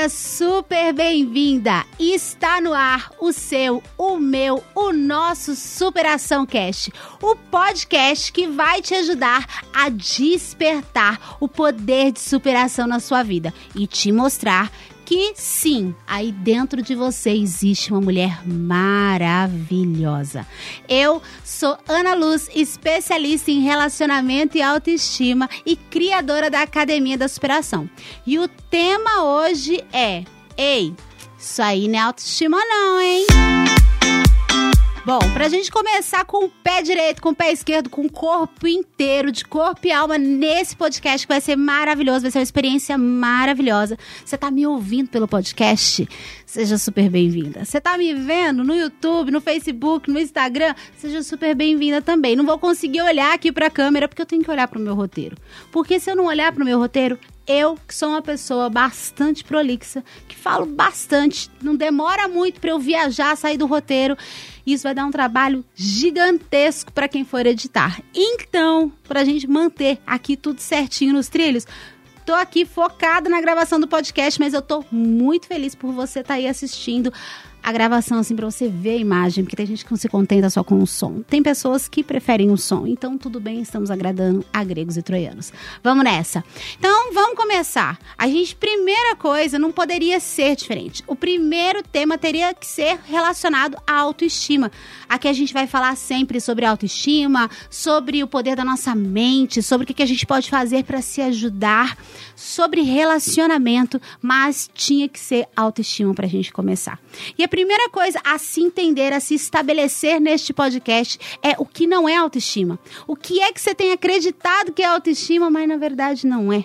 Seja super bem-vinda! Está no ar o seu, o meu, o nosso Superação Cast, o podcast que vai te ajudar a despertar o poder de superação na sua vida e te mostrar que sim, aí dentro de você existe uma mulher maravilhosa. Eu sou Ana Luz, especialista em relacionamento e autoestima e criadora da Academia da Superação. E o tema hoje é: ei, isso aí não é autoestima não, hein? Bom, pra gente começar com o pé direito, com o pé esquerdo, com o corpo inteiro, de corpo e alma, nesse podcast que vai ser maravilhoso, vai ser uma experiência maravilhosa. Você tá me ouvindo pelo podcast? Seja super bem-vinda. Você tá me vendo no YouTube, no Facebook, no Instagram? Seja super bem-vinda também. Não vou conseguir olhar aqui pra câmera porque eu tenho que olhar pro meu roteiro. Porque se eu não olhar pro meu roteiro, eu, que sou uma pessoa bastante prolixa, que falo bastante, não demora muito pra eu viajar, sair do roteiro, isso vai dar um trabalho gigantesco para quem for editar. Então, pra gente manter aqui tudo certinho nos trilhos, tô aqui focada na gravação do podcast, mas eu tô muito feliz por você estar aí assistindo a gravação, assim, pra você ver a imagem, porque tem gente que não se contenta só com o som. Tem pessoas que preferem o som, então tudo bem, estamos agradando a gregos e troianos. Vamos nessa. Então, vamos começar. A gente, primeira coisa, não poderia ser diferente. O primeiro tema teria que ser relacionado à autoestima. Aqui a gente vai falar sempre sobre autoestima, sobre o poder da nossa mente, sobre o que a gente pode fazer para se ajudar, sobre relacionamento, mas tinha que ser autoestima pra gente começar. E a primeira coisa a se entender, a se estabelecer neste podcast é o que não é autoestima. O que é que você tem acreditado que é autoestima, mas na verdade não é.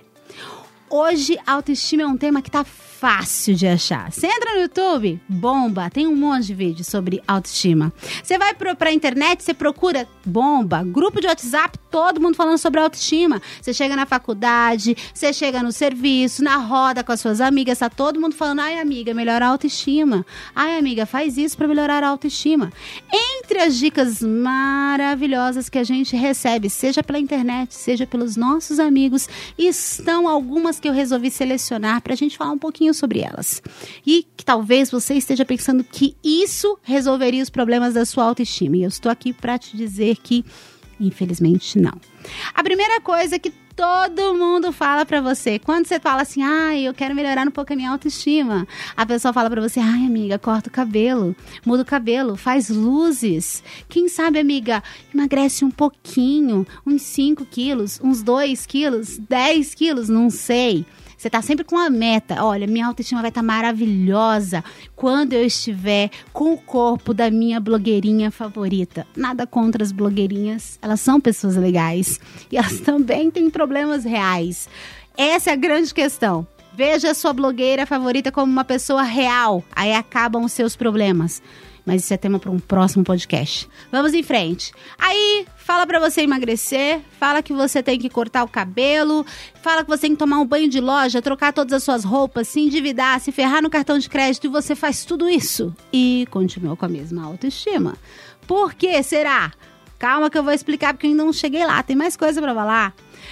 Hoje, autoestima é um tema que tá fácil de achar. Você entra no YouTube, bomba, tem um monte de vídeo sobre autoestima. Você vai pra internet, você procura, bomba, grupo de WhatsApp, todo mundo falando sobre autoestima. Você chega na faculdade, você chega no serviço, na roda com as suas amigas, tá todo mundo falando: ai amiga, melhora a autoestima. Ai amiga, faz isso pra melhorar a autoestima. Entre as dicas maravilhosas que a gente recebe, seja pela internet, seja pelos nossos amigos, estão algumas que eu resolvi selecionar pra gente falar um pouquinho sobre elas. E que talvez você esteja pensando que isso resolveria os problemas da sua autoestima. E eu estou aqui para te dizer que, infelizmente, não. A primeira coisa que todo mundo fala pra você, quando você fala assim: ai, eu quero melhorar um pouco a minha autoestima, a pessoa fala pra você: ai amiga, corta o cabelo, muda o cabelo, faz luzes, quem sabe amiga, emagrece um pouquinho, uns 5 quilos, uns 2 quilos, 10 quilos, não sei. Você tá sempre com a meta: olha, minha autoestima vai estar maravilhosa quando eu estiver com o corpo da minha blogueirinha favorita. Nada contra as blogueirinhas, elas são pessoas legais e elas também têm problemas reais. Essa é a grande questão. Veja a sua blogueira favorita como uma pessoa real, aí acabam os seus problemas. Mas isso é tema para um próximo podcast. Vamos em frente. Aí, fala pra você emagrecer, fala que você tem que cortar o cabelo, fala que você tem que tomar um banho de loja, trocar todas as suas roupas, se endividar, se ferrar no cartão de crédito, e você faz tudo isso e continua com a mesma autoestima. Por que será? Calma que eu vou explicar, porque eu ainda não cheguei lá, tem mais coisa pra falar.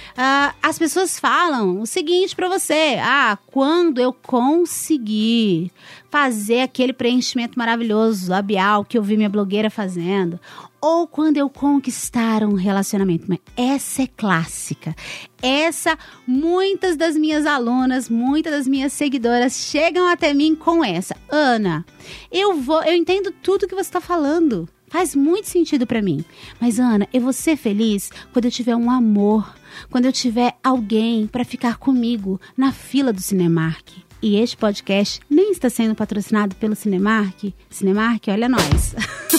As pessoas falam o seguinte pra você: quando eu conseguir fazer aquele preenchimento maravilhoso labial que eu vi minha blogueira fazendo, ou quando eu conquistar um relacionamento. Mas essa é clássica. Essa, muitas das minhas alunas, muitas das minhas seguidoras chegam até mim com essa: Ana, eu entendo tudo que você está falando. Faz muito sentido pra mim. Mas, Ana, eu vou ser feliz quando eu tiver um amor, quando eu tiver alguém pra ficar comigo na fila do Cinemark. E este podcast nem está sendo patrocinado pelo Cinemark. Cinemark, olha nós.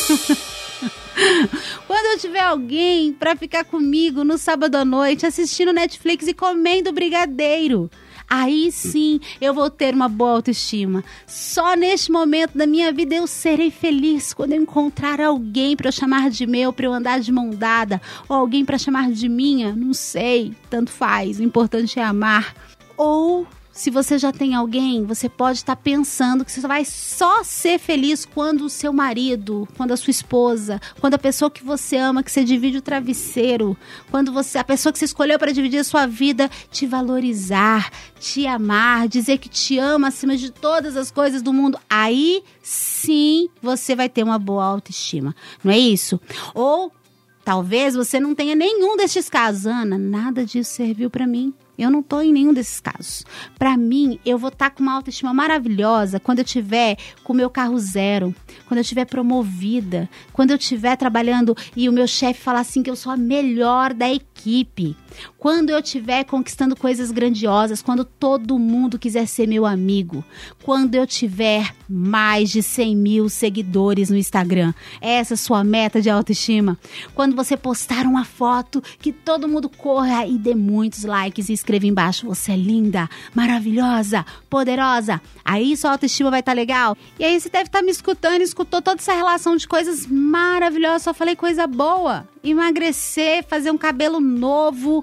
Quando eu tiver alguém pra ficar comigo no sábado à noite, assistindo Netflix e comendo brigadeiro, aí sim eu vou ter uma boa autoestima. Só neste momento da minha vida eu serei feliz quando eu encontrar alguém para eu chamar de meu, para eu andar de mão dada, ou alguém para chamar de minha, não sei, tanto faz, o importante é amar. Ou se você já tem alguém, você pode estar pensando que você vai só ser feliz quando o seu marido, quando a sua esposa, quando a pessoa que você ama, que você divide o travesseiro, quando a pessoa que você escolheu para dividir a sua vida, te valorizar, te amar, dizer que te ama acima de todas as coisas do mundo. Aí sim você vai ter uma boa autoestima. Não é isso? Ou talvez você não tenha nenhum destes casos. Ana, nada disso serviu para mim. Eu não tô em nenhum desses casos. Pra mim, eu vou estar com uma autoestima maravilhosa quando eu tiver com o meu carro zero, quando eu tiver promovida, quando eu estiver trabalhando e o meu chefe falar assim que eu sou a melhor da equipe, quando eu estiver conquistando coisas grandiosas, quando todo mundo quiser ser meu amigo, quando eu tiver mais de 100 mil seguidores no Instagram. Essa é a sua meta de autoestima. Quando você postar uma foto que todo mundo corra e dê muitos likes e escreva embaixo, você é linda, maravilhosa, poderosa. Aí sua autoestima vai estar legal. E aí você deve estar me escutando, escutou toda essa relação de coisas maravilhosas. Só falei coisa boa. Emagrecer, fazer um cabelo novo,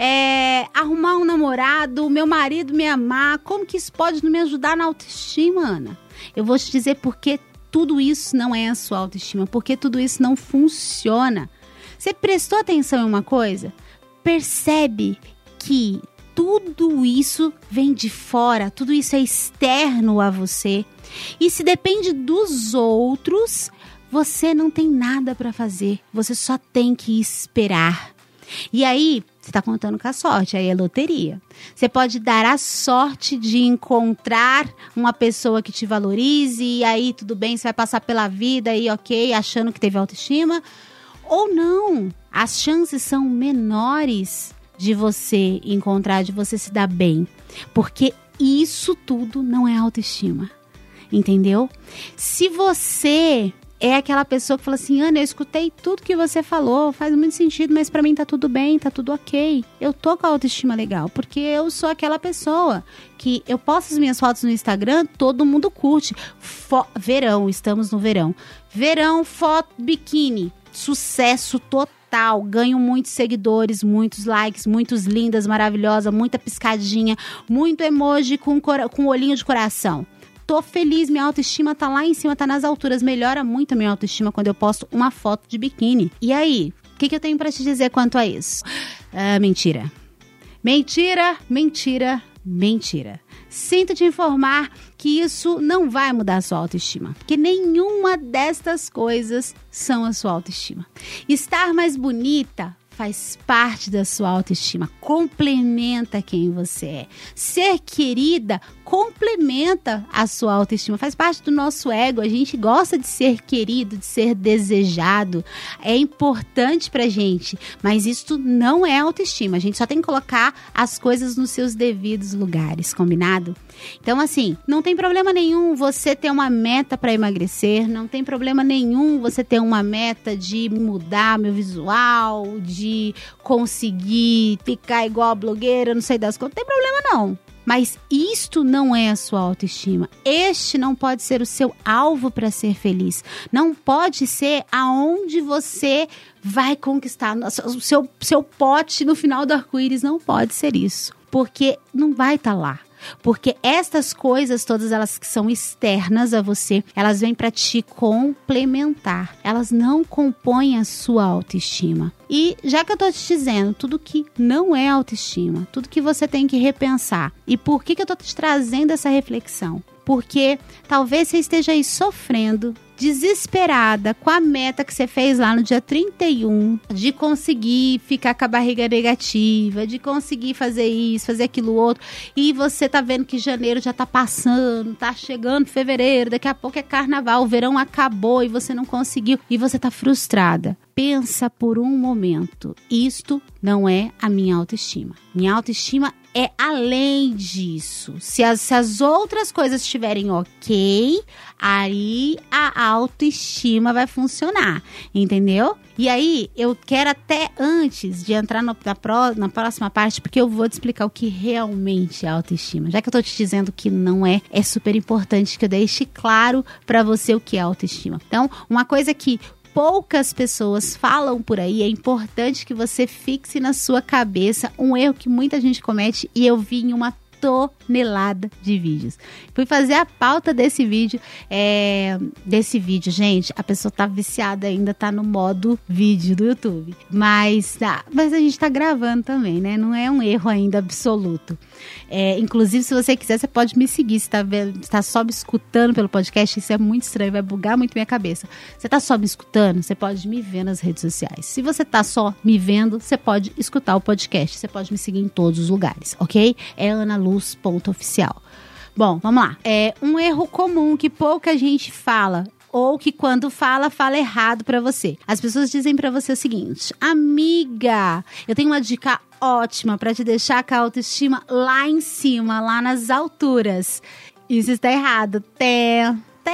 arrumar um namorado, meu marido me amar. Como que isso pode não me ajudar na autoestima, Ana? Eu vou te dizer porque tudo isso não é a sua autoestima, porque tudo isso não funciona. Você prestou atenção em uma coisa? Percebe que tudo isso vem de fora, tudo isso é externo a você. E se depende dos outros, você não tem nada para fazer, você só tem que esperar. E aí, você está contando com a sorte, aí é loteria. Você pode dar a sorte de encontrar uma pessoa que te valorize, e aí tudo bem, você vai passar pela vida e ok, achando que teve autoestima. Ou não, as chances são menores de você encontrar, de você se dar bem. Porque isso tudo não é autoestima, entendeu? Se você é aquela pessoa que fala assim, Ana, eu escutei tudo que você falou, faz muito sentido, mas pra mim tá tudo bem, tá tudo ok. Eu tô com a autoestima legal, porque eu sou aquela pessoa que eu posto as minhas fotos no Instagram, todo mundo curte. Verão, estamos no verão. Verão, foto, biquíni, sucesso total. Ganho muitos seguidores, muitos likes, muitos lindas, maravilhosa, muita piscadinha, muito emoji com olhinho de coração. Tô feliz, minha autoestima tá lá em cima, tá nas alturas. Melhora muito a minha autoestima quando eu posto uma foto de biquíni. E aí, o que eu tenho pra te dizer quanto a isso? Mentira. Mentira, mentira, mentira. Sinto te informar que isso não vai mudar a sua autoestima, porque nenhuma destas coisas são a sua autoestima. Estar mais bonita faz parte da sua autoestima, complementa quem você é. Ser querida complementa a sua autoestima, faz parte do nosso ego. A gente gosta de ser querido, de ser desejado, é importante pra gente, mas isso não é autoestima. A gente só tem que colocar as coisas nos seus devidos lugares, combinado? Então, assim, não tem problema nenhum você ter uma meta para emagrecer, não tem problema nenhum você ter uma meta de mudar meu visual, de conseguir ficar igual a blogueira, não sei das coisas, não tem problema não. Mas isto não é a sua autoestima. Este não pode ser o seu alvo para ser feliz. Não pode ser aonde você vai conquistar o seu pote no final do arco-íris. Não pode ser isso, porque não vai estar lá. Porque estas coisas, todas elas que são externas a você, elas vêm para te complementar. Elas não compõem a sua autoestima. E já que eu tô te dizendo tudo que não é autoestima, tudo que você tem que repensar. E por que eu tô te trazendo essa reflexão? Porque talvez você esteja aí sofrendo, desesperada com a meta que você fez lá no dia 31, de conseguir ficar com a barriga negativa, de conseguir fazer isso, fazer aquilo outro, e você tá vendo que janeiro já tá passando, tá chegando fevereiro, daqui a pouco é carnaval, o verão acabou e você não conseguiu, e você tá frustrada. Pensa por um momento, isto não é a minha autoestima. Minha autoestima é além disso. Se as outras coisas estiverem ok, aí a autoestima vai funcionar, entendeu? E aí, eu quero até antes de entrar na próxima parte, porque eu vou te explicar o que realmente é autoestima. Já que eu tô te dizendo que não é super importante que eu deixe claro pra você o que é autoestima. Então, uma coisa que poucas pessoas falam por aí, é importante que você fixe na sua cabeça um erro que muita gente comete, e eu vi em uma tonelada de vídeos. Fui fazer a pauta desse vídeo. Gente, a pessoa tá viciada ainda, tá no modo vídeo do YouTube. Mas a gente tá gravando também, né? Não é um erro ainda absoluto. Inclusive, se você quiser, você pode me seguir. Se tá só me escutando pelo podcast, isso é muito estranho, vai bugar muito minha cabeça. Você tá só me escutando, você pode me ver nas redes sociais. Se você tá só me vendo, você pode escutar o podcast. Você pode me seguir em todos os lugares, ok? É analuz.oficial. Bom, vamos lá. Um erro comum que pouca gente fala, ou que quando fala errado pra você. As pessoas dizem pra você o seguinte: amiga, eu tenho uma dica ótima pra te deixar com a autoestima lá em cima, lá nas alturas. Isso está errado. Tá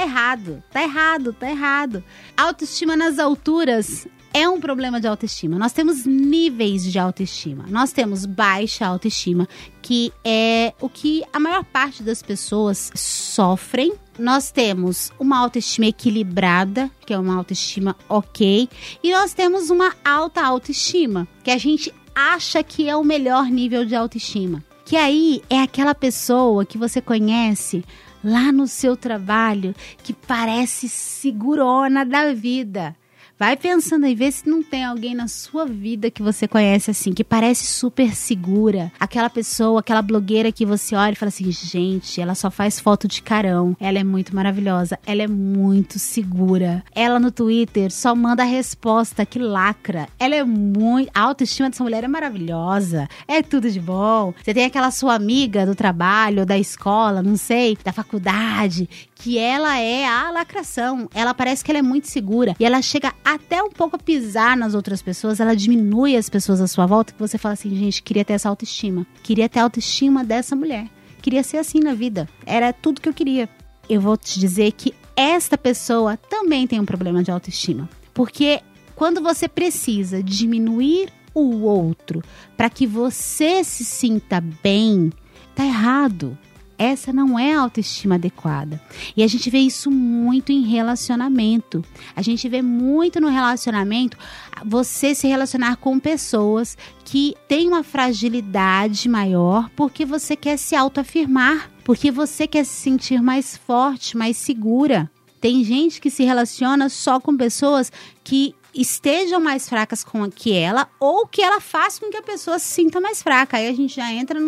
errado. Autoestima nas alturas é um problema de autoestima. Nós temos níveis de autoestima. Nós temos baixa autoestima, que é o que a maior parte das pessoas sofrem. Nós temos uma autoestima equilibrada, que é uma autoestima ok. E nós temos uma alta autoestima, que a gente acha que é o melhor nível de autoestima. Que aí é aquela pessoa que você conhece lá no seu trabalho, que parece segurona da vida. Vai pensando aí, vê se não tem alguém na sua vida que você conhece assim, que parece super segura. Aquela pessoa, aquela blogueira que você olha e fala assim: gente, ela só faz foto de carão. Ela é muito maravilhosa, ela é muito segura. Ela no Twitter só manda a resposta que lacra. Ela é muito... A autoestima dessa mulher é maravilhosa. É tudo de bom. Você tem aquela sua amiga do trabalho, da escola, não sei, da faculdade, que ela é a lacração. Ela parece que ela é muito segura. E ela chega até um pouco a pisar nas outras pessoas, ela diminui as pessoas à sua volta, que você fala assim: gente, queria ter essa autoestima. Queria ter a autoestima dessa mulher. Queria ser assim na vida. Era tudo que eu queria. Eu vou te dizer que esta pessoa também tem um problema de autoestima. Porque quando você precisa diminuir o outro para que você se sinta bem, tá errado. Essa não é a autoestima adequada. E a gente vê isso muito em relacionamento. A gente vê muito no relacionamento você se relacionar com pessoas que têm uma fragilidade maior porque você quer se autoafirmar, porque você quer se sentir mais forte, mais segura. Tem gente que se relaciona só com pessoas que estejam mais fracas que ela, ou que ela faça com que a pessoa se sinta mais fraca. Aí a gente já entra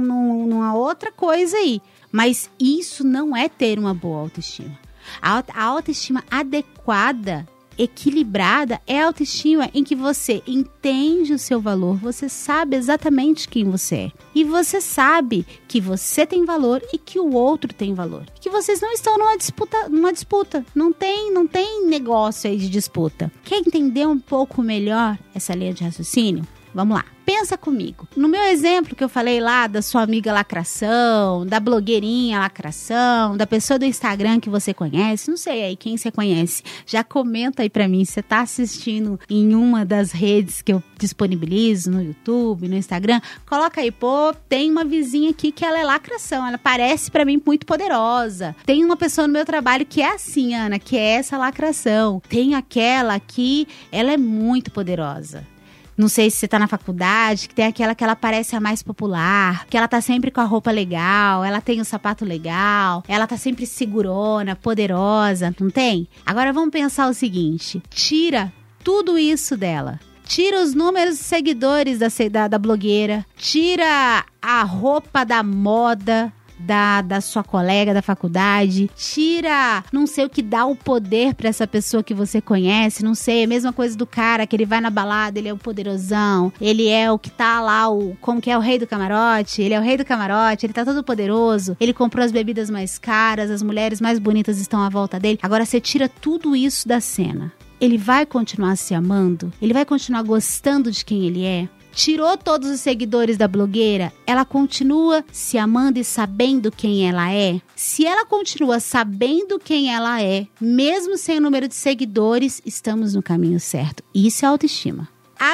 numa outra coisa aí. Mas isso não é ter uma boa autoestima. A autoestima adequada, equilibrada, é a autoestima em que você entende o seu valor, você sabe exatamente quem você é. E você sabe que você tem valor e que o outro tem valor. Que vocês não estão numa disputa. Não tem negócio aí de disputa. Quer entender um pouco melhor essa linha de raciocínio? Vamos lá. Pensa comigo. No meu exemplo que eu falei lá da sua amiga lacração, da blogueirinha lacração, da pessoa do Instagram que você conhece, não sei aí quem você conhece, já comenta aí pra mim, você tá assistindo em uma das redes que eu disponibilizo, no YouTube, no Instagram, coloca aí, pô, tem uma vizinha aqui que ela é lacração, ela parece pra mim muito poderosa. Tem uma pessoa no meu trabalho que é assim, Ana, que é essa lacração. Tem aquela que ela é muito poderosa. Não sei se você tá na faculdade, que tem aquela que ela parece a mais popular, que ela tá sempre com a roupa legal, ela tem o sapato legal, ela tá sempre segurona, poderosa, não tem? Agora vamos pensar o seguinte: tira tudo isso dela. Tira os números de seguidores da blogueira, tira a roupa da moda da sua colega da faculdade, tira, não sei o que dá o poder pra essa pessoa que você conhece, não sei, a mesma coisa do cara que ele vai na balada, ele é o poderosão, ele é o que tá lá, como que é o rei do camarote, ele é o rei do camarote, ele tá todo poderoso, ele comprou as bebidas mais caras, as mulheres mais bonitas estão à volta dele. Agora você tira tudo isso da cena. Ele vai continuar se amando? Ele vai continuar gostando de quem ele é? Tirou todos os seguidores da blogueira, ela continua se amando e sabendo quem ela é? Se ela continua sabendo quem ela é, mesmo sem o número de seguidores, estamos no caminho certo. Isso é autoestima.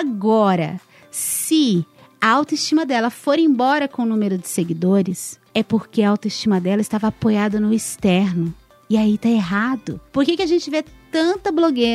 Agora, se a autoestima dela for embora com o número de seguidores, é porque a autoestima dela estava apoiada no externo. E aí tá errado. Por que a gente vê tanta blogueira,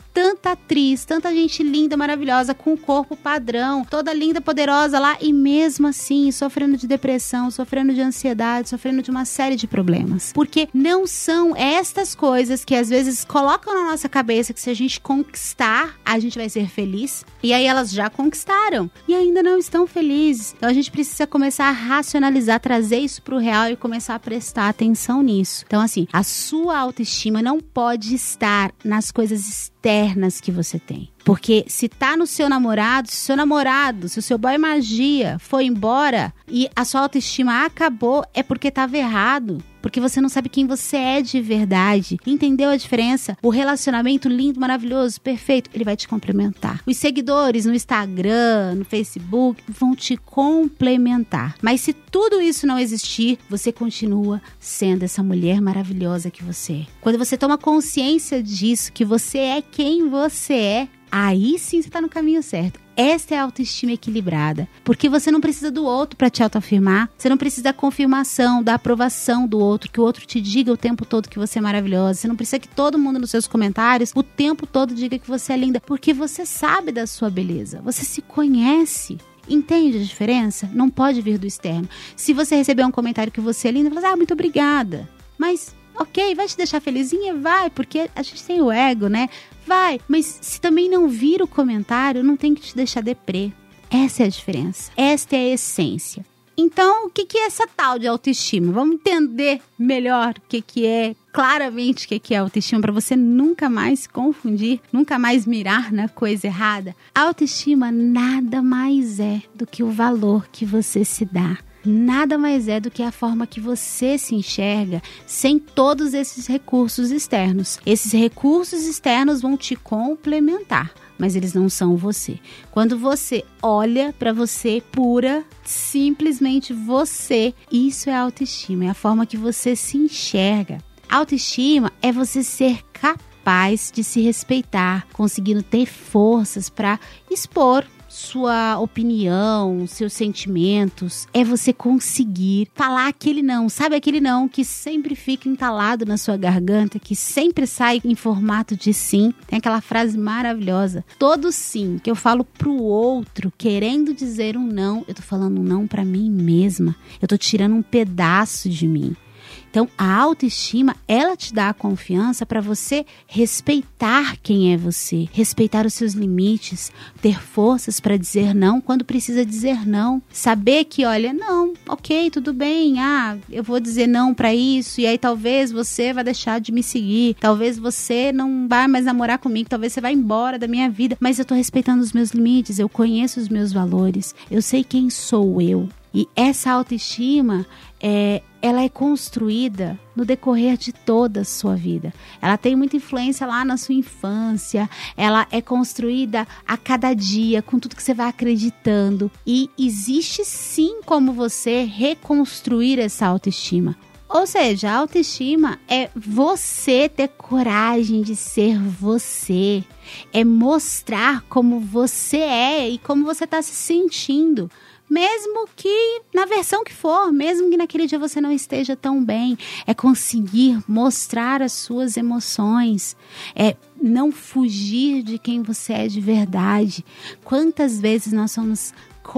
tanta atriz, tanta gente linda, maravilhosa, com o corpo padrão, toda linda, poderosa lá, e mesmo assim sofrendo de depressão, sofrendo de ansiedade, sofrendo de uma série de problemas. Porque não são estas coisas que às vezes colocam na nossa cabeça que se a gente conquistar, a gente vai ser feliz. E aí elas já conquistaram e ainda não estão felizes. Então a gente precisa começar a racionalizar, trazer isso pro real e começar a prestar atenção nisso. Então assim, a sua autoestima não pode estar nas coisas externas que você tem. Porque se tá no seu namorado, se o seu boy magia foi embora e a sua autoestima acabou, é porque tava errado. Porque você não sabe quem você é de verdade. Entendeu a diferença? O relacionamento lindo, maravilhoso, perfeito, ele vai te complementar. Os seguidores no Instagram, no Facebook, vão te complementar. Mas se tudo isso não existir, você continua sendo essa mulher maravilhosa que você é. Quando você toma consciência disso, que você é quem você é, aí sim você tá no caminho certo. Essa é a autoestima equilibrada. Porque você não precisa do outro para te autoafirmar. Você não precisa da confirmação, da aprovação do outro. Que o outro te diga o tempo todo que você é maravilhosa. Você não precisa que todo mundo nos seus comentários o tempo todo diga que você é linda. Porque você sabe da sua beleza. Você se conhece. Entende a diferença? Não pode vir do externo. Se você receber um comentário que você é linda, você fala, muito obrigada. Mas, ok, vai te deixar felizinha? Vai, porque a gente tem o ego, né? Vai, mas se também não vir o comentário, não tem que te deixar deprê. Essa é a diferença. Esta é a essência. Então, o que é essa tal de autoestima? Vamos entender melhor o que é, claramente o que é autoestima, para você nunca mais se confundir, nunca mais mirar na coisa errada. A autoestima nada mais é do que o valor que você se dá. Nada mais é do que a forma que você se enxerga sem todos esses recursos externos. Esses recursos externos vão te complementar, mas eles não são você. Quando você olha para você pura, simplesmente você, isso é autoestima, é a forma que você se enxerga. Autoestima é você ser capaz de se respeitar, conseguindo ter forças para expor sua opinião, seus sentimentos. É você conseguir falar aquele não, sabe aquele não que sempre fica entalado na sua garganta, que sempre sai em formato de sim. Tem aquela frase maravilhosa, todo sim que eu falo pro outro querendo dizer um não, eu tô falando um não pra mim mesma, eu tô tirando um pedaço de mim. Então, a autoestima, ela te dá a confiança para você respeitar quem é você, respeitar os seus limites, ter forças para dizer não quando precisa dizer não. Saber que, olha, não, ok, tudo bem, eu vou dizer não para isso, e aí talvez você vai deixar de me seguir, talvez você não vai mais namorar comigo, talvez você vá embora da minha vida, mas eu tô respeitando os meus limites, eu conheço os meus valores, eu sei quem sou eu. E essa autoestima, ela é construída no decorrer de toda a sua vida. Ela tem muita influência lá na sua infância, ela é construída a cada dia, com tudo que você vai acreditando. E existe sim como você reconstruir essa autoestima. Ou seja, a autoestima é você ter coragem de ser você. É mostrar como você é e como você está se sentindo. Mesmo que na versão que for, mesmo que naquele dia você não esteja tão bem, é conseguir mostrar as suas emoções, é não fugir de quem você é de verdade. Quantas vezes nós somos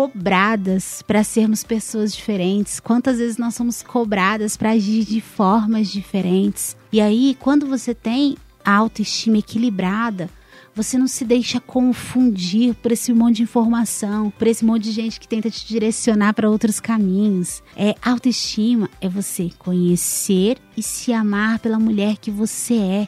cobradas para sermos pessoas diferentes, quantas vezes nós somos cobradas para agir de formas diferentes. E aí, quando você tem a autoestima equilibrada, você não se deixa confundir por esse monte de informação, por esse monte de gente que tenta te direcionar para outros caminhos. Autoestima é você conhecer e se amar pela mulher que você é,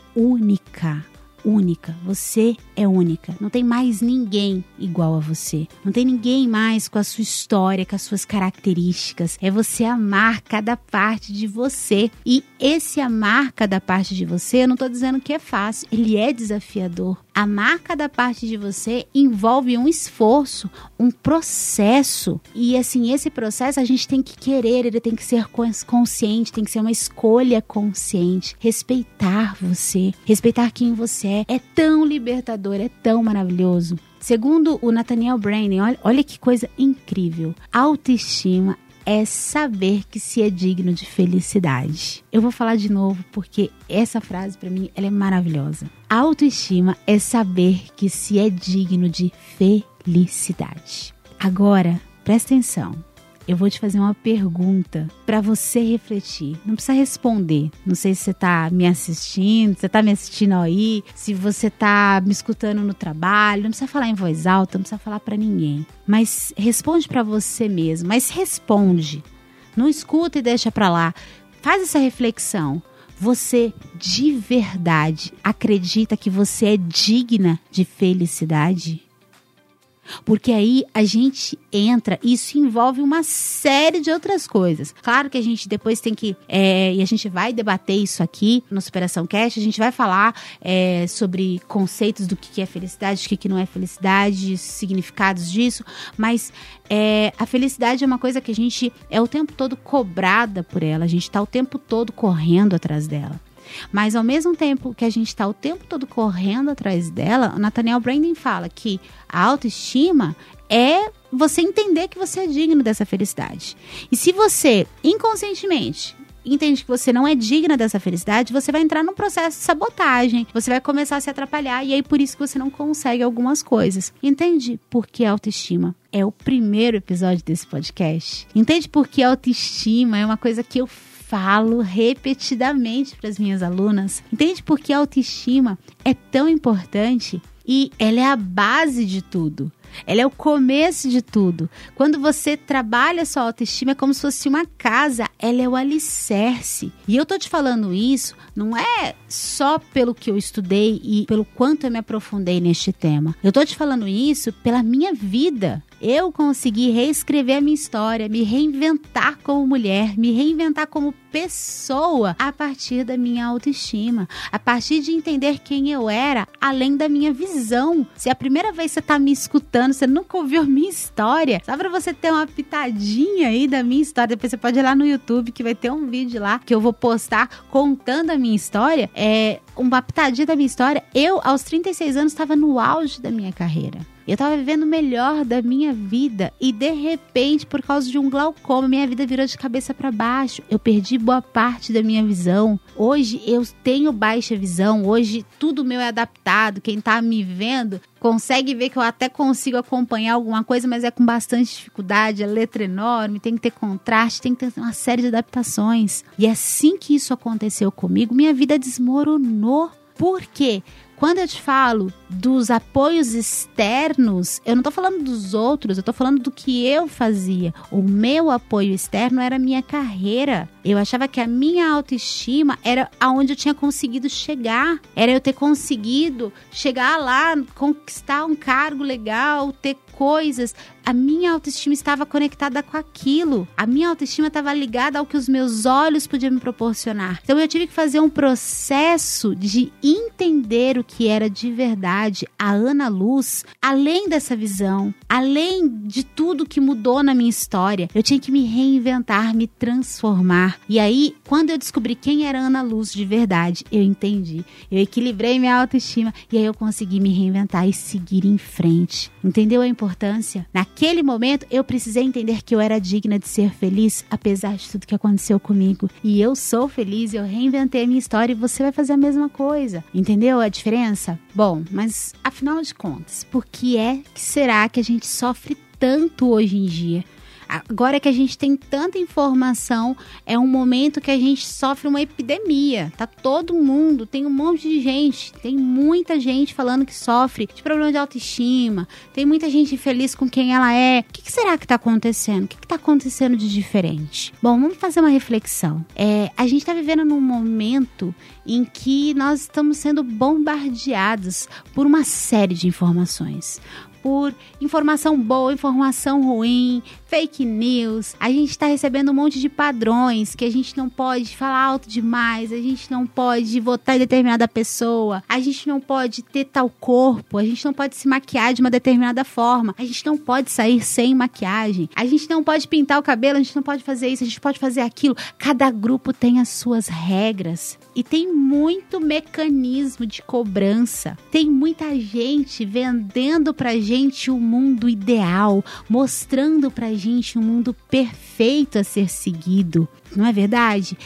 única. Única, você é única, não tem mais ninguém igual a você, não tem ninguém mais com a sua história, com as suas características. É você amar cada parte de você, e esse amar cada parte de você, eu não tô dizendo que é fácil, ele é desafiador. Amar cada parte de você envolve um esforço, um processo, e assim, esse processo a gente tem que querer, ele tem que ser consciente, tem que ser uma escolha consciente. Respeitar você, respeitar quem você é tão libertador, é tão maravilhoso. Segundo o Nathaniel Branden, olha que coisa incrível, autoestima é saber que se é digno de felicidade. Eu vou falar de novo porque essa frase pra mim ela é maravilhosa. Autoestima é saber que se é digno de felicidade. Agora, presta atenção. Eu vou te fazer uma pergunta para você refletir. Não precisa responder. Não sei se você tá me assistindo, você tá me assistindo aí, se você tá me escutando no trabalho. Não precisa falar em voz alta, não precisa falar para ninguém. Mas responde para você mesmo. Mas responde. Não escuta e deixa para lá. Faz essa reflexão. Você de verdade acredita que você é digna de felicidade? Porque aí a gente entra, isso envolve uma série de outras coisas. Claro que a gente depois tem que, e a gente vai debater isso aqui no Superação Cast, a gente vai falar sobre conceitos do que é felicidade, do que não é felicidade, significados disso, mas a felicidade é uma coisa que a gente é o tempo todo cobrada por ela, a gente está o tempo todo correndo atrás dela. Mas ao mesmo tempo que a gente está o tempo todo correndo atrás dela, o Nathaniel Branden fala que a autoestima é você entender que você é digno dessa felicidade. E se você, inconscientemente, entende que você não é digna dessa felicidade, você vai entrar num processo de sabotagem, você vai começar a se atrapalhar e aí por isso que você não consegue algumas coisas. Entende por que a autoestima é o primeiro episódio desse podcast? Entende por que a autoestima é uma coisa que eu falo repetidamente para as minhas alunas? Entende por que a autoestima é tão importante? E ela é a base de tudo. Ela é o começo de tudo. Quando você trabalha a sua autoestima, é como se fosse uma casa. Ela é o alicerce. E eu tô te falando isso, não é só pelo que eu estudei e pelo quanto eu me aprofundei neste tema. Eu tô te falando isso pela minha vida. Eu consegui reescrever a minha história, me reinventar como mulher, me reinventar como pessoa a partir da minha autoestima, a partir de entender quem eu era, além da minha visão. Se é a primeira vez que você está me escutando, você nunca ouviu a minha história, só para você ter uma pitadinha aí da minha história, depois você pode ir lá no YouTube que vai ter um vídeo lá que eu vou postar contando a minha história, uma pitadinha da minha história. Eu, aos 36 anos, estava no auge da minha carreira. Eu tava vivendo o melhor da minha vida e, de repente, por causa de um glaucoma, minha vida virou de cabeça para baixo. Eu perdi boa parte da minha visão. Hoje eu tenho baixa visão. Hoje tudo meu é adaptado. Quem tá me vendo consegue ver que eu até consigo acompanhar alguma coisa, mas é com bastante dificuldade. A letra é enorme, tem que ter contraste, tem que ter uma série de adaptações. E assim que isso aconteceu comigo, minha vida desmoronou. Por quê? Quando eu te falo dos apoios externos, eu não tô falando dos outros, eu tô falando do que eu fazia. O meu apoio externo era a minha carreira. Eu achava que a minha autoestima era aonde eu tinha conseguido chegar. Era eu ter conseguido chegar lá, conquistar um cargo legal, ter coisas. A minha autoestima estava conectada com aquilo. A minha autoestima estava ligada ao que os meus olhos podiam me proporcionar. Então eu tive que fazer um processo de entender o que era de verdade a Ana Luz, além dessa visão, além de tudo que mudou na minha história. Eu tinha que me reinventar, me transformar. E aí, quando eu descobri quem era a Ana Luz de verdade, eu entendi. Eu equilibrei minha autoestima e aí eu consegui me reinventar e seguir em frente. Entendeu a importância? Naquele momento, eu precisei entender que eu era digna de ser feliz, apesar de tudo que aconteceu comigo. E eu sou feliz, eu reinventei a minha história e você vai fazer a mesma coisa. Entendeu a diferença? Bom, mas afinal de contas, por que será que a gente sofre tanto hoje em dia? Agora que a gente tem tanta informação, é um momento que a gente sofre uma epidemia. Tá todo mundo, tem um monte de gente, tem muita gente falando que sofre de problema de autoestima, tem muita gente infeliz com quem ela é. O que será que tá acontecendo? O que tá acontecendo de diferente? Bom, vamos fazer uma reflexão. A gente tá vivendo num momento em que nós estamos sendo bombardeados por uma série de informações. Por informação boa, informação ruim, fake news. A gente está recebendo um monte de padrões que a gente não pode falar alto demais, a gente não pode votar em determinada pessoa, a gente não pode ter tal corpo, a gente não pode se maquiar de uma determinada forma, a gente não pode sair sem maquiagem, a gente não pode pintar o cabelo, a gente não pode fazer isso, a gente pode fazer aquilo. Cada grupo tem as suas regras e tem muito mecanismo de cobrança. Tem muita gente vendendo pra gente gente o mundo ideal, mostrando pra gente um mundo perfeito a ser seguido. Não é verdade?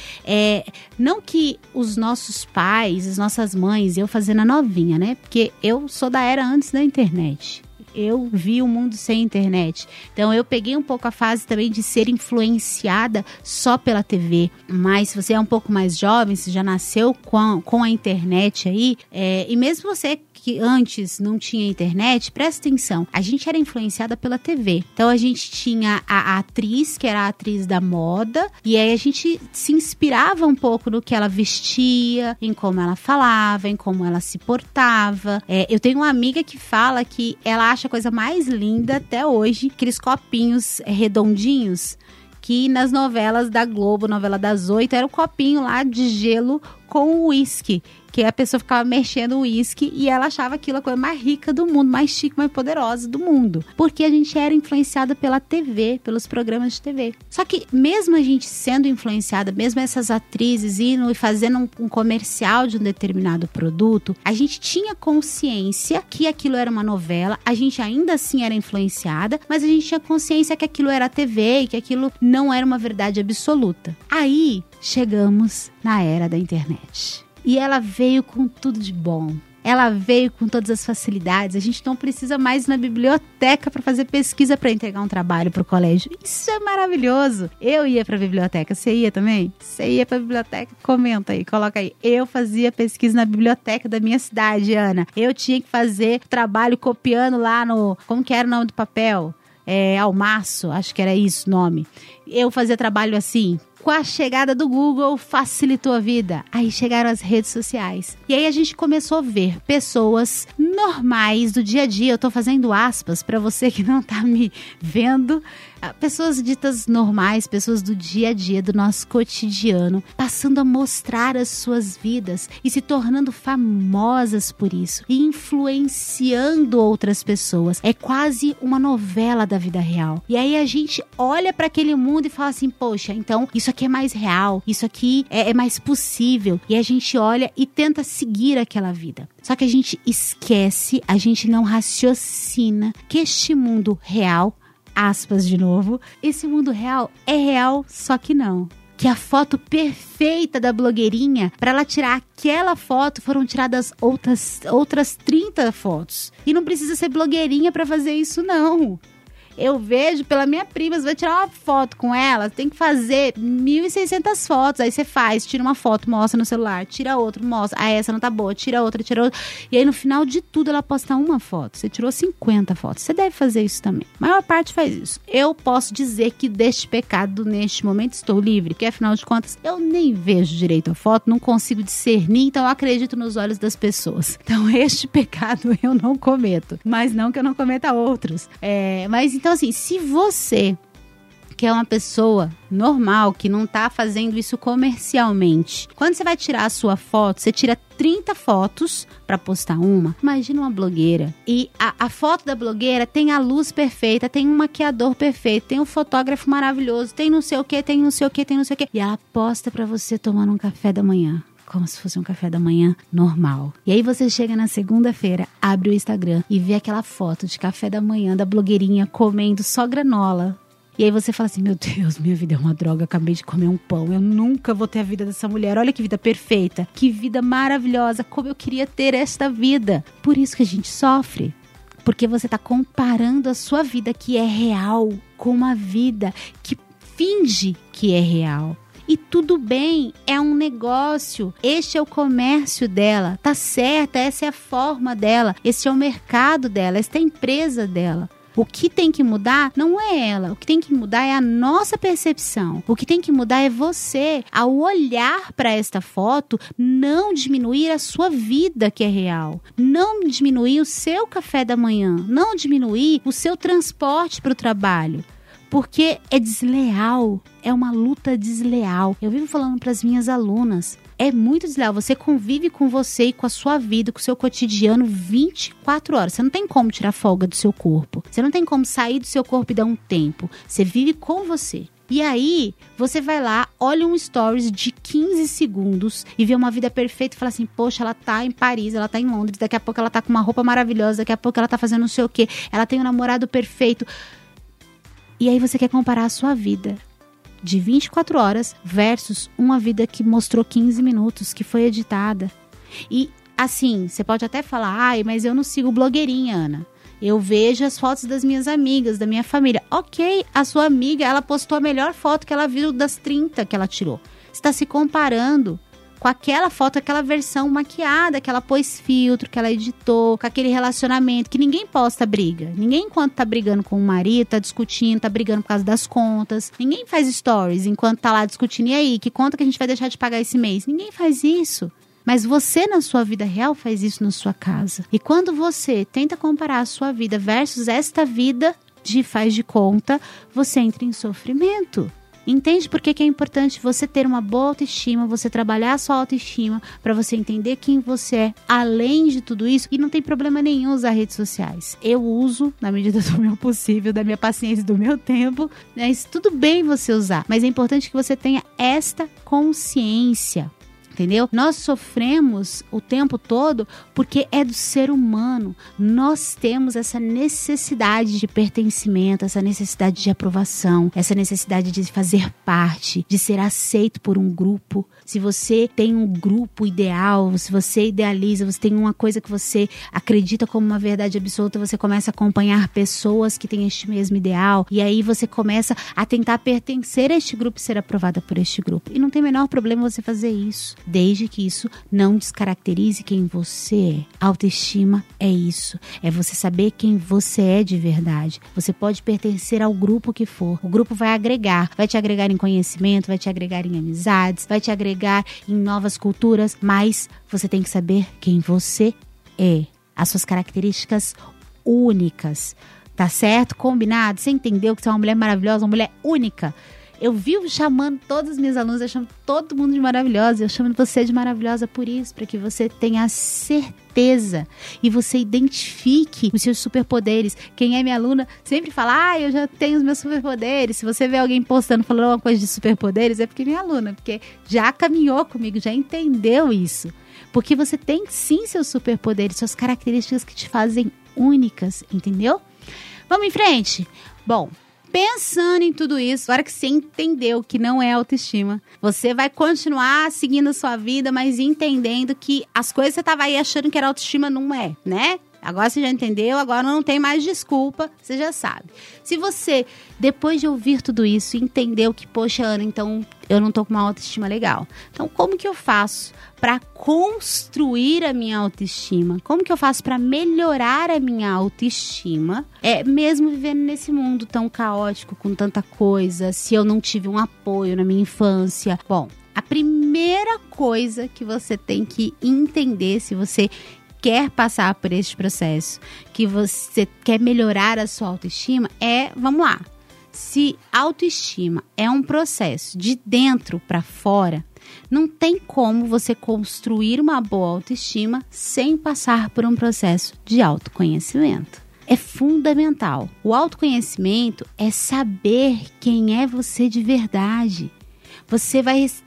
Não que os nossos pais, as nossas mães, eu fazendo a novinha, né? Porque eu sou da era antes da internet. Eu vi o mundo sem internet. Então eu peguei um pouco a fase também de ser influenciada só pela TV. Mas se você é um pouco mais jovem, se já nasceu com a internet aí, e mesmo você que antes não tinha internet, presta atenção, a gente era influenciada pela TV. Então a gente tinha a atriz, que era a atriz da moda, e aí a gente se inspirava um pouco no que ela vestia, em como ela falava, em como ela se portava. Eu tenho uma amiga que fala que ela acha a coisa mais linda até hoje, aqueles copinhos redondinhos, que nas novelas da Globo, novela das 8, era o copinho lá de gelo com uísque, que a pessoa ficava mexendo o uísque e ela achava aquilo a coisa mais rica do mundo, mais chique, mais poderosa do mundo. Porque a gente era influenciada pela TV, pelos programas de TV. Só que mesmo a gente sendo influenciada, mesmo essas atrizes indo e fazendo um comercial de um determinado produto, a gente tinha consciência que aquilo era uma novela, a gente ainda assim era influenciada, mas a gente tinha consciência que aquilo era TV e que aquilo não era uma verdade absoluta. Aí chegamos na era da internet. E ela veio com tudo de bom. Ela veio com todas as facilidades. A gente não precisa mais ir na biblioteca para fazer pesquisa para entregar um trabalho para o colégio. Isso é maravilhoso. Eu ia para a biblioteca. Você ia também? Você ia para a biblioteca? Comenta aí, coloca aí. Eu fazia pesquisa na biblioteca da minha cidade, Ana. Eu tinha que fazer trabalho copiando lá no... Como que era o nome do papel? Almaço, acho que era isso o nome. Eu fazia trabalho assim. Com a chegada do Google, facilitou a vida. Aí chegaram as redes sociais. E aí a gente começou a ver pessoas normais do dia a dia. Eu tô fazendo aspas para você que não tá me vendo. Pessoas ditas normais, pessoas do dia a dia, do nosso cotidiano, passando a mostrar as suas vidas e se tornando famosas por isso. E influenciando outras pessoas. É quase uma novela da vida real. E aí a gente olha para aquele mundo e fala assim, poxa, então isso aqui é mais real, isso aqui é mais possível. E a gente olha e tenta seguir aquela vida. Só que a gente esquece, a gente não raciocina que este mundo real, aspas de novo, esse mundo real é real, só que não. Que a foto perfeita da blogueirinha, para ela tirar aquela foto, foram tiradas outras 30 fotos. E não precisa ser blogueirinha para fazer isso, não. Eu vejo pela minha prima, você vai tirar uma foto com ela, tem que fazer 1.600 fotos. Aí você tira uma foto, mostra no celular, tira outra, mostra. Ah, essa não tá boa, tira outra. E aí no final de tudo ela posta uma foto. Você tirou 50 fotos. Você deve fazer isso também. A maior parte faz isso. Eu posso dizer que deste pecado, neste momento, estou livre, porque afinal de contas, eu nem vejo direito a foto, não consigo discernir, então eu acredito nos olhos das pessoas. Então este pecado eu não cometo. Mas não que eu não cometa outros. Mas então assim, se você que é uma pessoa normal, que não tá fazendo isso comercialmente, quando você vai tirar a sua foto, você tira 30 fotos para postar uma. Imagina uma blogueira. E a foto da blogueira tem a luz perfeita, tem um maquiador perfeito, tem um fotógrafo maravilhoso, tem não sei o que, tem não sei o que, tem não sei o que. E ela posta para você tomando um café da manhã. Como se fosse um café da manhã normal. E aí você chega na segunda-feira, abre o Instagram e vê aquela foto de café da manhã da blogueirinha comendo só granola. E aí você fala assim, meu Deus, minha vida é uma droga, acabei de comer um pão, eu nunca vou ter a vida dessa mulher, olha que vida perfeita, que vida maravilhosa, como eu queria ter esta vida. Por isso que a gente sofre. Porque você está comparando a sua vida que é real com uma vida que finge que é real. E tudo bem, é um negócio, este é o comércio dela, tá certo, essa é a forma dela, esse é o mercado dela, esta é a empresa dela. O que tem que mudar não é ela, o que tem que mudar é a nossa percepção. O que tem que mudar é você, ao olhar para esta foto, não diminuir a sua vida que é real. Não diminuir o seu café da manhã, não diminuir o seu transporte para o trabalho. Porque é desleal, é uma luta desleal. Eu vivo falando para as minhas alunas, é muito desleal. Você convive com você e com a sua vida, com o seu cotidiano 24 horas. Você não tem como tirar folga do seu corpo. Você não tem como sair do seu corpo e dar um tempo. Você vive com você. E aí, você vai lá, olha um stories de 15 segundos e vê uma vida perfeita e fala assim, poxa, ela tá em Paris, ela tá em Londres, daqui a pouco ela tá com uma roupa maravilhosa, daqui a pouco ela tá fazendo não sei o quê, ela tem um namorado perfeito. E aí você quer comparar a sua vida de 24 horas versus uma vida que mostrou 15 minutos, que foi editada. E assim, você pode até falar, ai, mas eu não sigo blogueirinha, Ana. Eu vejo as fotos das minhas amigas, da minha família. Ok, a sua amiga, ela postou a melhor foto que ela viu das 30 que ela tirou. Você está se comparando com aquela foto, aquela versão maquiada, que ela pôs filtro, que ela editou, com aquele relacionamento, que ninguém posta briga. Ninguém, enquanto tá brigando com o marido, tá discutindo, tá brigando por causa das contas. Ninguém faz stories enquanto tá lá discutindo. E aí, que conta que a gente vai deixar de pagar esse mês? Ninguém faz isso. Mas você, na sua vida real, faz isso na sua casa. E quando você tenta comparar a sua vida versus esta vida de faz de conta, você entra em sofrimento. Entende por que é importante você ter uma boa autoestima, você trabalhar a sua autoestima, para você entender quem você é, além de tudo isso. E não tem problema nenhum usar redes sociais. Eu uso, na medida do meu possível, da minha paciência, do meu tempo. Mas tudo bem você usar. Mas é importante que você tenha esta consciência. Entendeu? Nós sofremos o tempo todo porque é do ser humano. Nós temos essa necessidade de pertencimento, essa necessidade de aprovação, essa necessidade de fazer parte, de ser aceito por um grupo. Se você tem um grupo ideal, se você idealiza, você tem uma coisa que você acredita como uma verdade absoluta, você começa a acompanhar pessoas que têm este mesmo ideal, e aí você começa a tentar pertencer a este grupo e ser aprovada por este grupo. E não tem o menor problema você fazer isso, desde que isso não descaracterize quem você é. Autoestima é isso, é você saber quem você é de verdade. Você pode pertencer ao grupo que for, o grupo vai te agregar em conhecimento, vai te agregar em amizades, vai te agregar em novas culturas, mas você tem que saber quem você é, as suas características únicas, tá certo? Combinado? Você entendeu que você é uma mulher maravilhosa, uma mulher única? Eu vivo chamando todas as minhas alunas, eu chamo todo mundo de maravilhosa, eu chamo você de maravilhosa por isso, para que você tenha a certeza e você identifique os seus superpoderes. Quem é minha aluna sempre fala, eu já tenho os meus superpoderes. Se você vê alguém postando, falando alguma coisa de superpoderes, é porque é minha aluna, porque já caminhou comigo, já entendeu isso. Porque você tem sim seus superpoderes, suas características que te fazem únicas, entendeu? Vamos em frente? Bom, pensando em tudo isso, agora que você entendeu que não é autoestima, você vai continuar seguindo a sua vida, mas entendendo que as coisas que você estava aí achando que era autoestima não é, né? Agora você já entendeu, agora não tem mais desculpa, você já sabe. Se você, depois de ouvir tudo isso, entendeu que, poxa, Ana, então eu não tô com uma autoestima legal. Então, como que eu faço para construir a minha autoestima? Como que eu faço para melhorar a minha autoestima? Mesmo vivendo nesse mundo tão caótico, com tanta coisa, se eu não tive um apoio na minha infância. Bom, a primeira coisa que você tem que entender, se você quer passar por este processo, que você quer melhorar a sua autoestima, vamos lá, se autoestima é um processo de dentro para fora, não tem como você construir uma boa autoestima sem passar por um processo de autoconhecimento. É fundamental. O autoconhecimento é saber quem é você de verdade. Você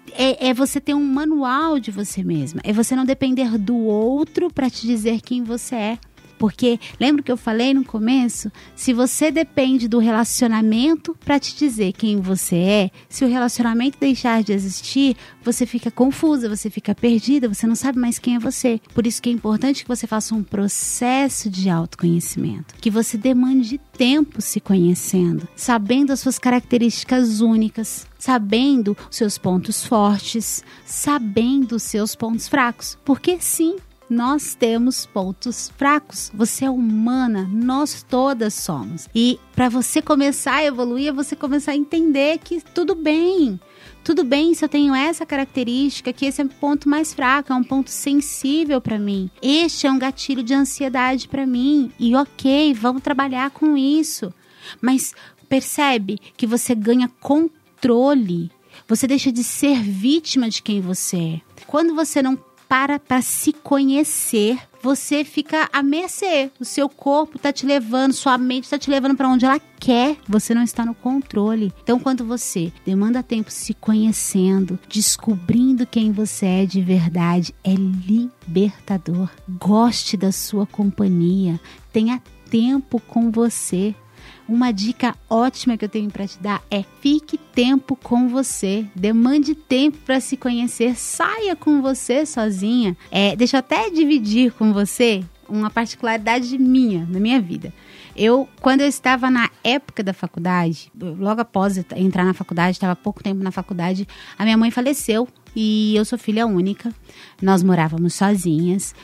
você ter um manual de você mesma. É você não depender do outro para te dizer quem você é. Porque, lembra que eu falei no começo? Se você depende do relacionamento para te dizer quem você é, se o relacionamento deixar de existir, você fica confusa, você fica perdida, você não sabe mais quem é você. Por isso que é importante que você faça um processo de autoconhecimento, que você demande tempo se conhecendo, sabendo as suas características únicas, sabendo os seus pontos fortes, sabendo os seus pontos fracos. Porque sim, nós temos pontos fracos. Você é humana, nós todas somos. E para você começar a evoluir, é você começar a entender que tudo bem. Tudo bem se eu tenho essa característica, que esse é um ponto mais fraco, é um ponto sensível para mim. Este é um gatilho de ansiedade para mim. E ok, vamos trabalhar com isso. Mas percebe que você ganha controle. Você deixa de ser vítima de quem você é. Quando você não para se conhecer, você fica à mercê. O seu corpo tá te levando, sua mente tá te levando para onde ela quer. Você não está no controle. Então, quando você demanda tempo se conhecendo, descobrindo quem você é de verdade, é libertador. Goste da sua companhia. Tenha tempo com você. Uma dica ótima que eu tenho para te dar é: fique tempo com você, demande tempo para se conhecer, saia com você sozinha. Deixa eu até dividir com você uma particularidade minha, na minha vida. Quando eu estava na época da faculdade, logo após entrar na faculdade, estava há pouco tempo na faculdade, a minha mãe faleceu e eu sou filha única. Nós morávamos sozinhas.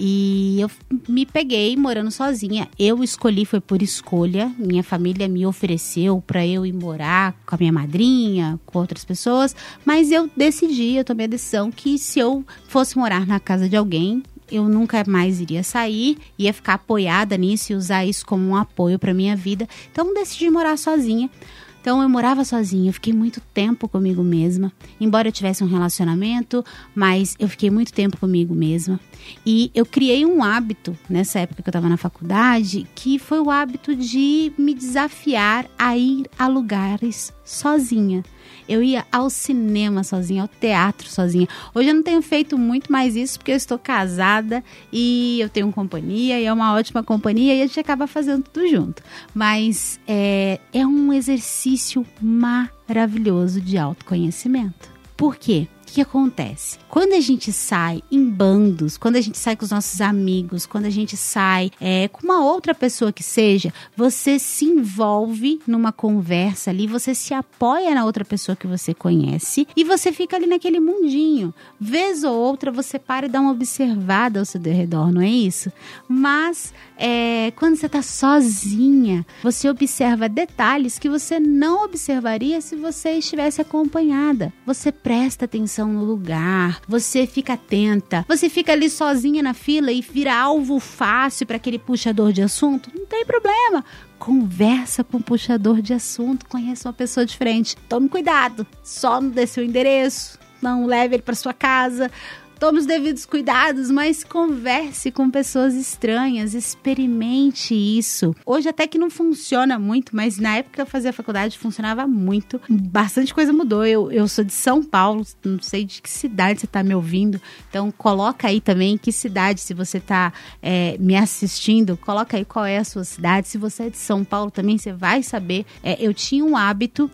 E eu me peguei morando sozinha. Eu escolhi, foi por escolha. Minha família me ofereceu para eu ir morar com a minha madrinha, com outras pessoas. Mas eu tomei a decisão que se eu fosse morar na casa de alguém, eu nunca mais iria sair, ia ficar apoiada nisso e usar isso como um apoio para minha vida. Então decidi morar sozinha. Então eu morava sozinha, eu fiquei muito tempo comigo mesma. Embora eu tivesse um relacionamento, mas eu fiquei muito tempo comigo mesma. E eu criei um hábito, nessa época que eu estava na faculdade, que foi o hábito de me desafiar a ir a lugares sozinha. Eu ia ao cinema sozinha, ao teatro sozinha. Hoje eu não tenho feito muito mais isso porque eu estou casada e eu tenho companhia e é uma ótima companhia e a gente acaba fazendo tudo junto. Mas é um exercício maravilhoso de autoconhecimento. Por quê? O que acontece? Quando a gente sai em bandos, quando a gente sai com os nossos amigos, quando a gente sai com uma outra pessoa que seja, você se envolve numa conversa ali, você se apoia na outra pessoa que você conhece e você fica ali naquele mundinho. Vez ou outra você para e dá uma observada ao seu redor, não é isso? Mas quando você está sozinha, você observa detalhes que você não observaria se você estivesse acompanhada. Você presta atenção no lugar, você fica atenta, você fica ali sozinha na fila e vira alvo fácil para aquele puxador de assunto, não tem problema. Conversa com o puxador de assunto, conheça uma pessoa diferente. Tome cuidado, só não dê seu endereço, não leve ele para sua casa. Tome os devidos cuidados, mas converse com pessoas estranhas, experimente isso. Hoje até que não funciona muito, mas na época que eu fazia faculdade funcionava muito. Bastante coisa mudou. Eu sou de São Paulo, não sei de que cidade você está me ouvindo, então coloca aí também que cidade, se você está me assistindo, coloca aí qual é a sua cidade. Se você é de São Paulo também, você vai saber. Eu tinha um hábito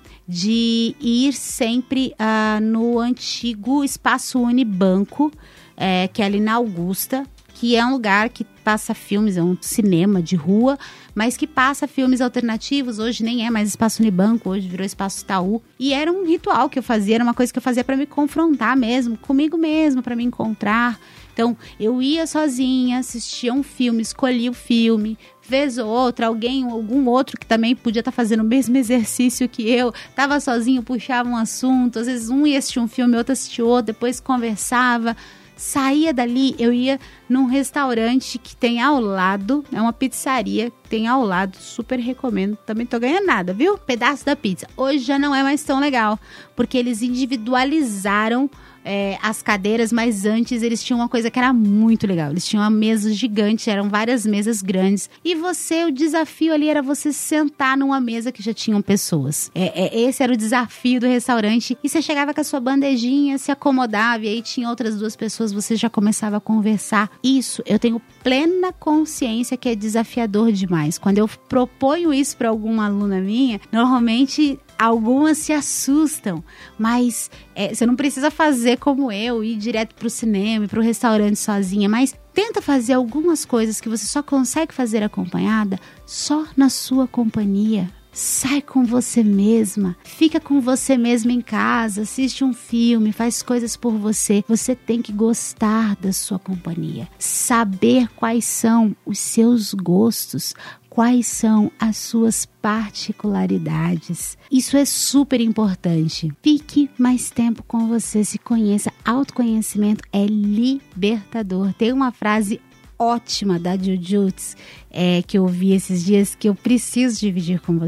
de ir sempre no antigo Espaço Unibanco, que é ali na Augusta, que é um lugar que passa filmes, é um cinema de rua, mas que passa filmes alternativos. Hoje nem é mais Espaço Unibanco, hoje virou Espaço Itaú. E era um ritual que eu fazia, era uma coisa que eu fazia para me confrontar mesmo, comigo mesma, para me encontrar. Então, eu ia sozinha, assistia um filme, escolhia o filme, vez ou outra, algum outro que também podia estar fazendo o mesmo exercício que eu, estava sozinho, puxava um assunto, às vezes um ia assistir um filme, outro assistia outro, depois conversava. Saía dali, eu ia num restaurante que tem ao lado, é uma pizzaria que tem ao lado, super recomendo, também tô ganhando nada, viu? Pedaço da pizza. Hoje já não é mais tão legal, porque eles individualizaram as cadeiras, mas antes eles tinham uma coisa que era muito legal. Eles tinham uma mesa gigante, eram várias mesas grandes. E o desafio ali era você sentar numa mesa que já tinham pessoas. Esse era o desafio do restaurante. E você chegava com a sua bandejinha, se acomodava, e aí tinha outras duas pessoas, você já começava a conversar. Isso, eu tenho plena consciência que é desafiador demais. Quando eu proponho isso para alguma aluna minha, normalmente algumas se assustam, mas você não precisa fazer como eu, ir direto pro cinema, pro restaurante sozinha, mas tenta fazer algumas coisas que você só consegue fazer acompanhada, só na sua companhia. Sai com você mesma, fica com você mesma em casa, assiste um filme, faz coisas por você. Você tem que gostar da sua companhia, saber quais são os seus gostos, quais são as suas particularidades. Isso é super importante. Fique mais tempo com você, se conheça. Autoconhecimento é libertador. Tem uma frase ótima da Jujutsu que eu ouvi esses dias que eu preciso dividir com você.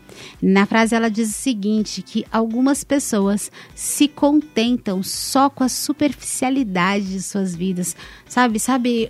Na frase ela diz o seguinte, que algumas pessoas se contentam só com a superficialidade de suas vidas. Sabe,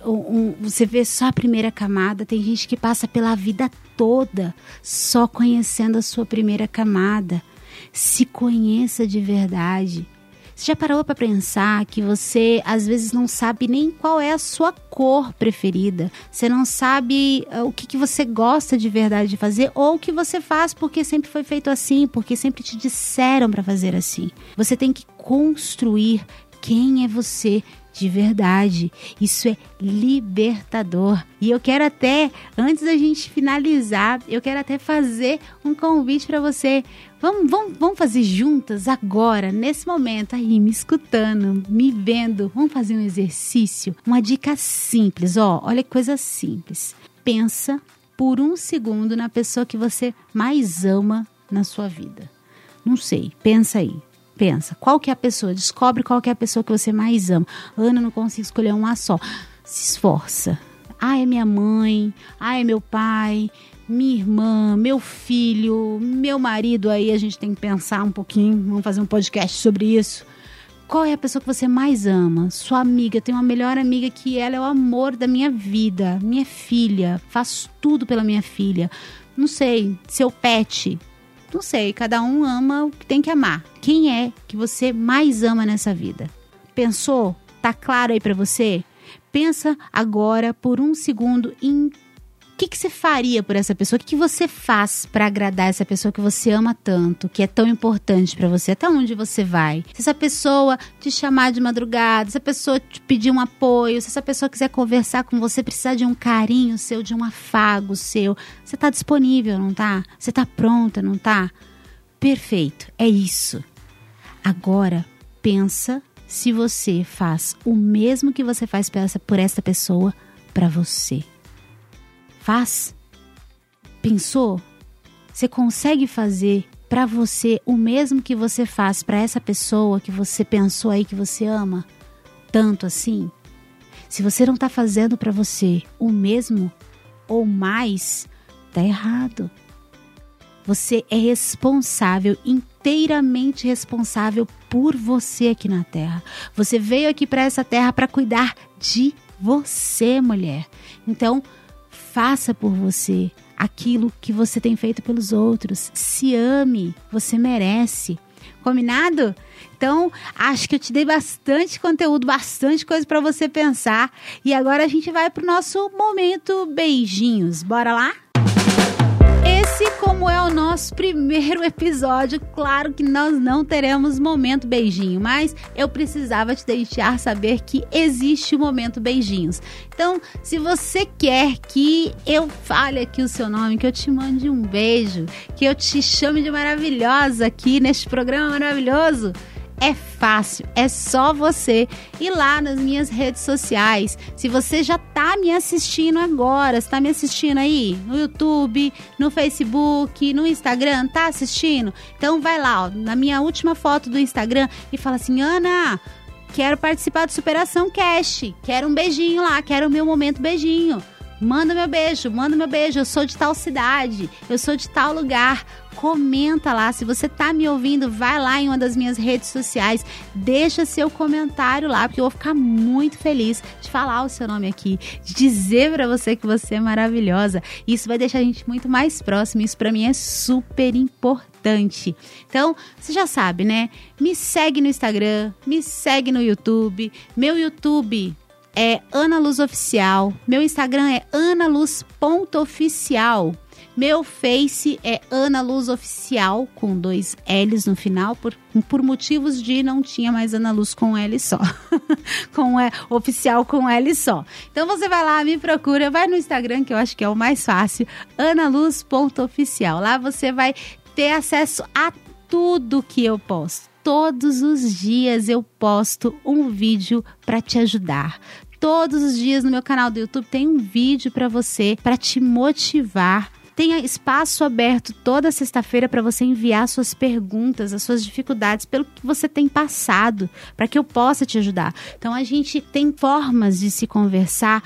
você vê só a primeira camada, tem gente que passa pela vida toda só conhecendo a sua primeira camada. Se conheça de verdade. Você já parou para pensar que você às vezes não sabe nem qual é a sua cor preferida? Você não sabe o que você gosta de verdade de fazer ou o que você faz porque sempre foi feito assim, porque sempre te disseram para fazer assim. Você tem que construir quem é você de verdade. Isso é libertador. E eu quero até, antes da gente finalizar, eu quero até fazer um convite para você. Vamos fazer juntas agora, nesse momento, aí me escutando, me vendo. Vamos fazer um exercício? Uma dica simples, olha que coisa simples. Pensa por um segundo na pessoa que você mais ama na sua vida. Não sei, pensa aí. Pensa, qual que é a pessoa? Descobre qual que é a pessoa que você mais ama. Ana, não consigo escolher uma só. Se esforça. É minha mãe. É meu pai. Minha irmã. Meu filho. Meu marido. Aí a gente tem que pensar um pouquinho. Vamos fazer um podcast sobre isso. Qual é a pessoa que você mais ama? Sua amiga. Eu tenho uma melhor amiga que ela é o amor da minha vida. Minha filha. Faço tudo pela minha filha. Não sei. Seu pet. Não sei, cada um ama o que tem que amar. Quem é que você mais ama nessa vida? Pensou? Tá claro aí pra você? Pensa agora por um segundo em o que você faria por essa pessoa? O que você faz pra agradar essa pessoa que você ama tanto, que é tão importante pra você? Até onde você vai? Se essa pessoa te chamar de madrugada, se essa pessoa te pedir um apoio, se essa pessoa quiser conversar com você, precisar de um carinho seu, de um afago seu, você tá disponível, não tá? Você tá pronta, não tá? Perfeito, é isso. Agora, pensa se você faz o mesmo que você faz por essa pessoa pra você. Faz? Pensou? Você consegue fazer pra você o mesmo que você faz pra essa pessoa que você pensou aí que você ama? Tanto assim? Se você não tá fazendo pra você o mesmo ou mais, tá errado. Você é responsável, inteiramente responsável por você aqui na Terra. Você veio aqui pra essa Terra pra cuidar de você, mulher. Então, faça por você aquilo que você tem feito pelos outros. Se ame, você merece. Combinado? Então, acho que eu te dei bastante conteúdo, bastante coisa para você pensar. E agora a gente vai pro nosso momento beijinhos. Bora lá? Esse, como é o nosso primeiro episódio, claro que nós não teremos momento beijinho, mas eu precisava te deixar saber que existe o momento beijinhos. Então, se você quer que eu fale aqui o seu nome, que eu te mande um beijo, que eu te chame de maravilhosa aqui neste programa maravilhoso, é fácil, é só você ir lá nas minhas redes sociais. Se você já tá me assistindo agora, está me assistindo aí no YouTube, no Facebook, no Instagram, tá assistindo? Então vai lá, na minha última foto do Instagram e fala assim: Ana, quero participar do Superação Cast, quero um beijinho lá, quero o meu momento beijinho. Manda meu beijo, eu sou de tal cidade, eu sou de tal lugar. Comenta lá, se você tá me ouvindo, vai lá em uma das minhas redes sociais, deixa seu comentário lá, porque eu vou ficar muito feliz de falar o seu nome aqui, de dizer pra você que você é maravilhosa. Isso vai deixar a gente muito mais próximo, isso pra mim é super importante. Então, você já sabe, né? Me segue no Instagram, me segue no YouTube, meu YouTube é Ana Luz Oficial, meu Instagram é analuz.oficial, meu Face é Ana Luz Oficial, com 2 L's no final, por motivos de não tinha mais Ana Luz com L só, oficial com L só. Então você vai lá, me procura, vai no Instagram, que eu acho que é o mais fácil, analuz.oficial. Lá você vai ter acesso a tudo que eu posto. Todos os dias eu posto um vídeo para te ajudar. Todos os dias no meu canal do YouTube tem um vídeo para você, para te motivar tenha espaço aberto toda sexta-feira para você enviar suas perguntas, as suas dificuldades, pelo que você tem passado, para que eu possa te ajudar. Então a gente tem formas de se conversar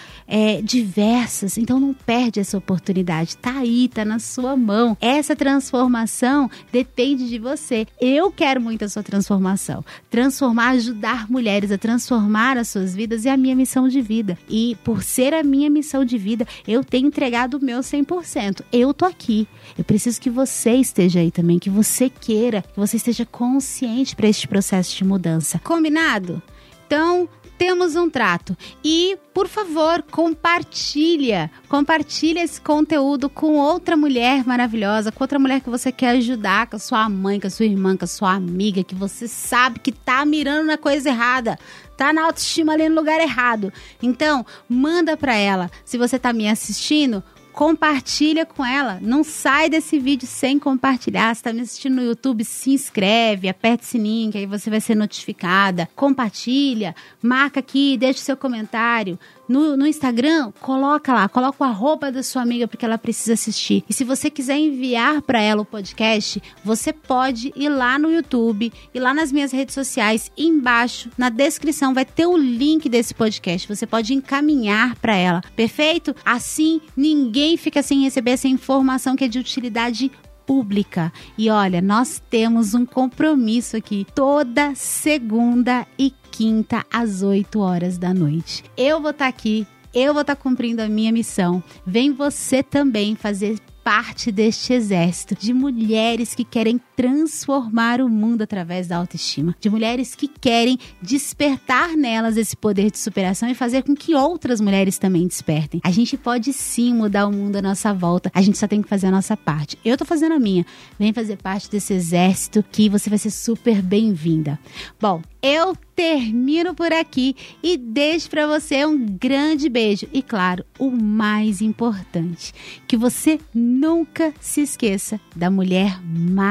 diversas, então não perde essa oportunidade. Tá aí, tá na sua mão. Essa transformação depende de você. Eu quero muito a sua transformação. Transformar, ajudar mulheres a transformar as suas vidas é a minha missão de vida. E por ser a minha missão de vida, eu tenho entregado o meu 100%. Eu tô aqui. Eu preciso que você esteja aí também, que você queira, que você esteja consciente para este processo de mudança. Combinado? Então, temos um trato. E, por favor, compartilha esse conteúdo com outra mulher maravilhosa, com outra mulher que você quer ajudar, com a sua mãe, com a sua irmã, com a sua amiga, que você sabe que tá mirando na coisa errada, tá na autoestima ali no lugar errado. Então, manda pra ela. Se você tá me assistindo, compartilha com ela, não sai desse vídeo sem compartilhar. Se tá me assistindo no YouTube, se inscreve, aperta o sininho, que aí você vai ser notificada. Compartilha, marca aqui, deixa o seu comentário. No Instagram, coloca o arroba da sua amiga, porque ela precisa assistir. E se você quiser enviar para ela o podcast, você pode ir lá no YouTube, ir lá nas minhas redes sociais, embaixo, na descrição, vai ter o link desse podcast. Você pode encaminhar para ela, perfeito? Assim, ninguém fica sem receber essa informação que é de utilidade pública. E olha, nós temos um compromisso aqui toda segunda e quinta às 8 horas da noite. Eu vou estar aqui, eu vou estar cumprindo a minha missão. Vem você também fazer parte deste exército de mulheres que querem transformar o mundo através da autoestima, de mulheres que querem despertar nelas esse poder de superação e fazer com que outras mulheres também despertem. A gente pode sim mudar o mundo à nossa volta, a gente só tem que fazer a nossa parte. Eu tô fazendo a minha. Vem fazer parte desse exército que você vai ser super bem-vinda. Bom, eu termino por aqui e deixo para você um grande beijo. E claro, o mais importante, que você nunca se esqueça da mulher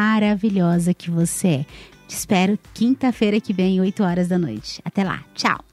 maravilhosa que você é. Te espero quinta-feira que vem, 8 horas da noite. Até lá, tchau!